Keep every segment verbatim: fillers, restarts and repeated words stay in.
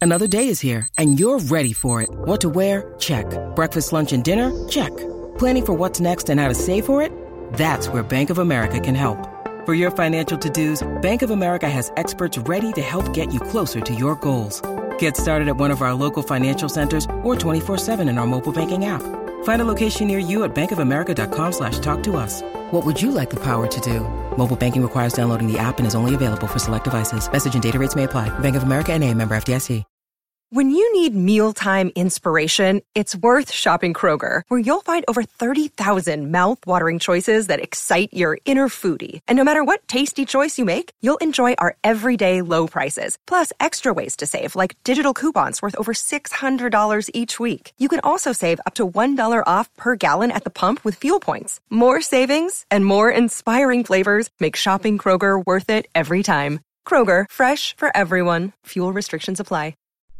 Another day is here, and you're ready for it. What to wear? Check. Breakfast, lunch, and dinner? Check. Planning for what's next and how to save for it? That's where Bank of America can help. For your financial to-dos, Bank of America has experts ready to help get you closer to your goals. Get started at one of our local financial centers or twenty-four seven in our mobile banking app. Find a location near you at bankofamerica.com slash talk to us. What would you like the power to do? Mobile banking requires downloading the app and is only available for select devices. Message and data rates may apply. Bank of America N A, member F D I C. When you need mealtime inspiration, it's worth shopping Kroger, where you'll find over thirty thousand mouth-watering choices that excite your inner foodie. And no matter what tasty choice you make, you'll enjoy our everyday low prices, plus extra ways to save, like digital coupons worth over six hundred dollars each week. You can also save up to one dollar off per gallon at the pump with fuel points. More savings and more inspiring flavors make shopping Kroger worth it every time. Kroger, fresh for everyone. Fuel restrictions apply.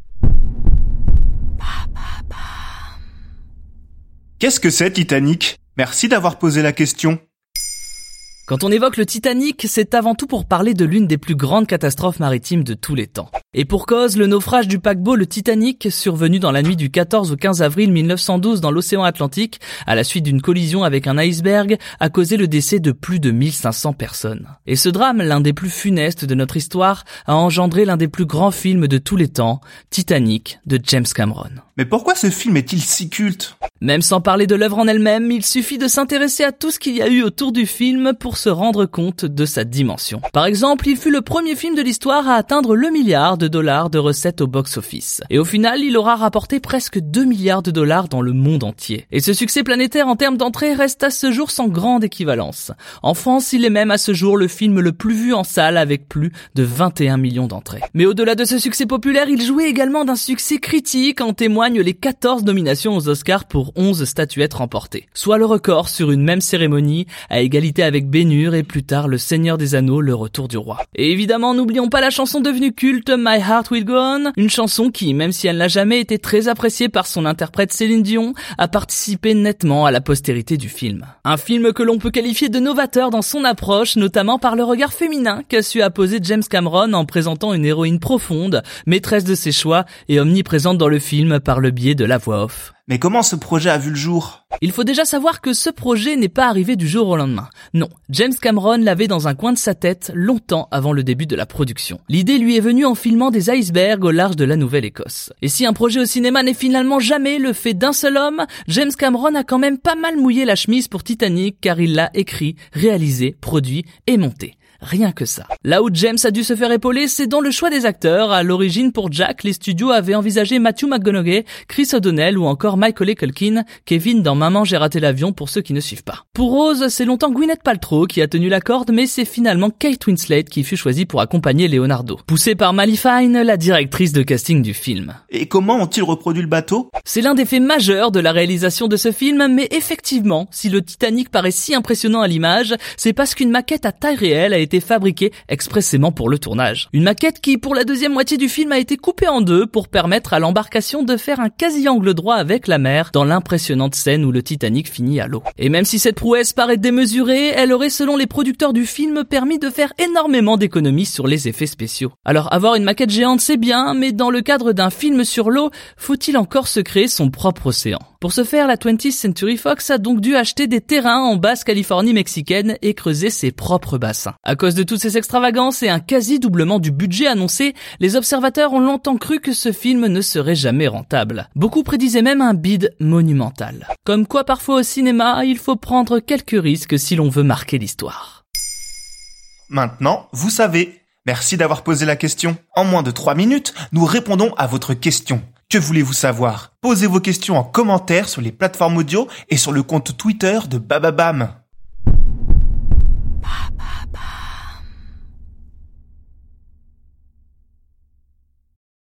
Qu'est-ce que c'est, Titanic ? Merci d'avoir posé la question. Quand on évoque le Titanic, c'est avant tout pour parler de l'une des plus grandes catastrophes maritimes de tous les temps. Et pour cause, le naufrage du paquebot le Titanic, survenu dans la nuit du quatorze au quinze avril mille neuf cent douze dans l'océan Atlantique, à la suite d'une collision avec un iceberg, a causé le décès de plus de mille cinq cents personnes. Et ce drame, l'un des plus funestes de notre histoire, a engendré l'un des plus grands films de tous les temps, Titanic, de James Cameron. Mais pourquoi ce film est-il si culte ? Même sans parler de l'œuvre en elle-même, il suffit de s'intéresser à tout ce qu'il y a eu autour du film pour se rendre compte de sa dimension. Par exemple, il fut le premier film de l'histoire à atteindre le milliard de dollars de recettes au box-office. Et au final, il aura rapporté presque deux milliards de dollars dans le monde entier. Et ce succès planétaire en termes d'entrée reste à ce jour sans grande équivalence. En France, il est même à ce jour le film le plus vu en salle avec plus de vingt et un millions d'entrées. Mais au-delà de ce succès populaire, il jouait également d'un succès critique, en témoignent les quatorze nominations aux Oscars pour onze statuettes remportées. Soit le record sur une même cérémonie, à égalité avec Ben-Hur et plus tard Le Seigneur des Anneaux, Le Retour du Roi. Et évidemment, n'oublions pas la chanson devenue culte My Heart Will Go On, une chanson qui, même si elle n'a jamais été très appréciée par son interprète Céline Dion, a participé nettement à la postérité du film. Un film que l'on peut qualifier de novateur dans son approche, notamment par le regard féminin qu'a su apposer James Cameron en présentant une héroïne profonde, maîtresse de ses choix et omniprésente dans le film par le biais de la voix off. Mais comment ce projet a vu le jour ? Il faut déjà savoir que ce projet n'est pas arrivé du jour au lendemain. Non, James Cameron l'avait dans un coin de sa tête longtemps avant le début de la production. L'idée lui est venue en filmant des icebergs au large de la Nouvelle-Écosse. Et si un projet au cinéma n'est finalement jamais le fait d'un seul homme, James Cameron a quand même pas mal mouillé la chemise pour Titanic car il l'a écrit, réalisé, produit et monté. Rien que ça. Là où James a dû se faire épauler, c'est dans le choix des acteurs. À l'origine, pour Jack, les studios avaient envisagé Matthew McConaughey, Chris O'Donnell ou encore Macaulay Culkin, Kevin dans Maman j'ai raté l'avion pour ceux qui ne suivent pas. Pour Rose, c'est longtemps Gwyneth Paltrow qui a tenu la corde, mais c'est finalement Kate Winslet qui fut choisie pour accompagner Leonardo. Poussée par Mally Fine, la directrice de casting du film. Et comment ont-ils reproduit le bateau ? C'est l'un des faits majeurs de la réalisation de ce film, mais effectivement, si le Titanic paraît si impressionnant à l'image, c'est parce qu'une maquette à taille réelle a été fabriquée expressément pour le tournage. Une maquette qui, pour la deuxième moitié du film, a été coupée en deux pour permettre à l'embarcation de faire un quasi-angle droit avec la mer dans l'impressionnante scène où le Titanic finit à l'eau. Et même si cette prouesse paraît démesurée, elle aurait, selon les producteurs du film, permis de faire énormément d'économies sur les effets spéciaux. Alors, avoir une maquette géante, c'est bien, mais dans le cadre d'un film sur l'eau, faut-il encore se créer son propre océan ? Pour ce faire, la twentieth Century Fox a donc dû acheter des terrains en Basse-Californie mexicaine et creuser ses propres bassins. À cause de toutes ces extravagances et un quasi-doublement du budget annoncé, les observateurs ont longtemps cru que ce film ne serait jamais rentable. Beaucoup prédisaient même un bid monumental. Comme quoi parfois au cinéma, il faut prendre quelques risques si l'on veut marquer l'histoire. Maintenant, vous savez. Merci d'avoir posé la question. En moins de trois minutes, nous répondons à votre question. Que voulez-vous savoir ? Posez vos questions en commentaire sur les plateformes audio et sur le compte Twitter de Bababam.